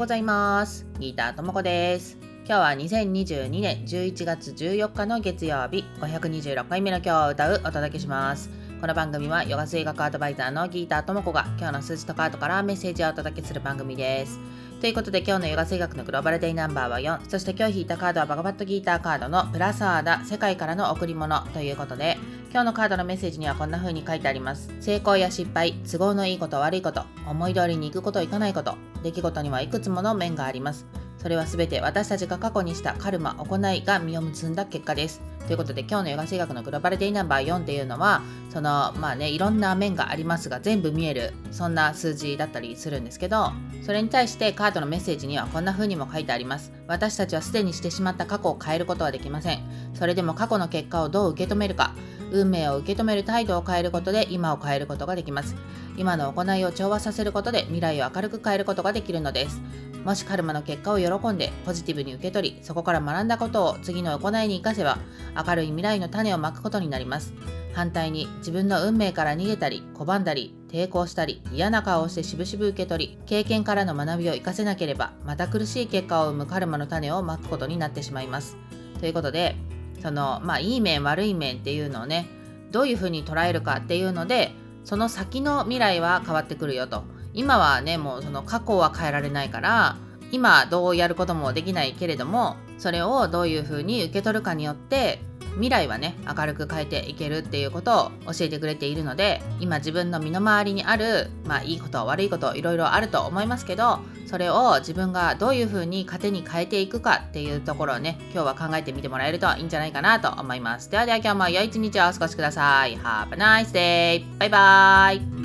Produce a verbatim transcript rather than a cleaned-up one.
ようございます。ギーターともこです。今日はにせんにじゅうにねんじゅういちがつじゅうよっかの月曜日、ごひゃくにじゅうろっかいめの今日を歌うお届けします。この番組はヨガ水学アドバイザーのギーターともこが今日の数字とカードからメッセージをお届けする番組です。ということで今日のヨガ水学のグローバルデイナンバーはよん、そして今日引いたカードはバガバットギーターカードのプラサーダ世界からの贈り物ということで、今日のカードのメッセージにはこんな風に書いてあります。成功や失敗、都合のいいこと悪いこと、思い通りにいくこといかないこと、出来事にはいくつもの面があります。それはすべて私たちが過去にしたカルマ、行いが実を結んだ結果です。ということで今日のヨガ水学のグローバルデイナンバーよんっていうのは、そのまあねいろんな面がありますが全部見える、そんな数字だったりするんですけど、それに対してカードのメッセージにはこんな風にも書いてあります。私たちはすでにしてしまった過去を変えることはできません。それでも過去の結果をどう受け止めるか、運命を受け止める態度を変えることで今を変えることができます。今の行いを調和させることで未来を明るく変えることができるのです。もしカルマの結果を喜んでポジティブに受け取り、そこから学んだことを次の行いに生かせば明るい未来の種をまくことになります。反対に自分の運命から逃げたり拒んだり抵抗したり嫌な顔をしてしぶしぶ受け取り、経験からの学びを生かせなければまた苦しい結果を生むカルマの種をまくことになってしまいます。ということで、そのまあいい面悪い面っていうのをね、どういうふうに捉えるかっていうので、その先の未来は変わってくるよと。今はねもうその過去は変えられないから、今どうやることもできないけれども、それをどういうふうに受け取るかによって未来はね明るく変えていけるっていうことを教えてくれているので、今自分の身の回りにあるまあいいこと悪いこといろいろあると思いますけど、それを自分がどういうふうに糧に変えていくかっていうところをね今日は考えてみてもらえるといいんじゃないかなと思います。ではでは今日も良い一日をお過ごしください。Have a nice day! バイバイ。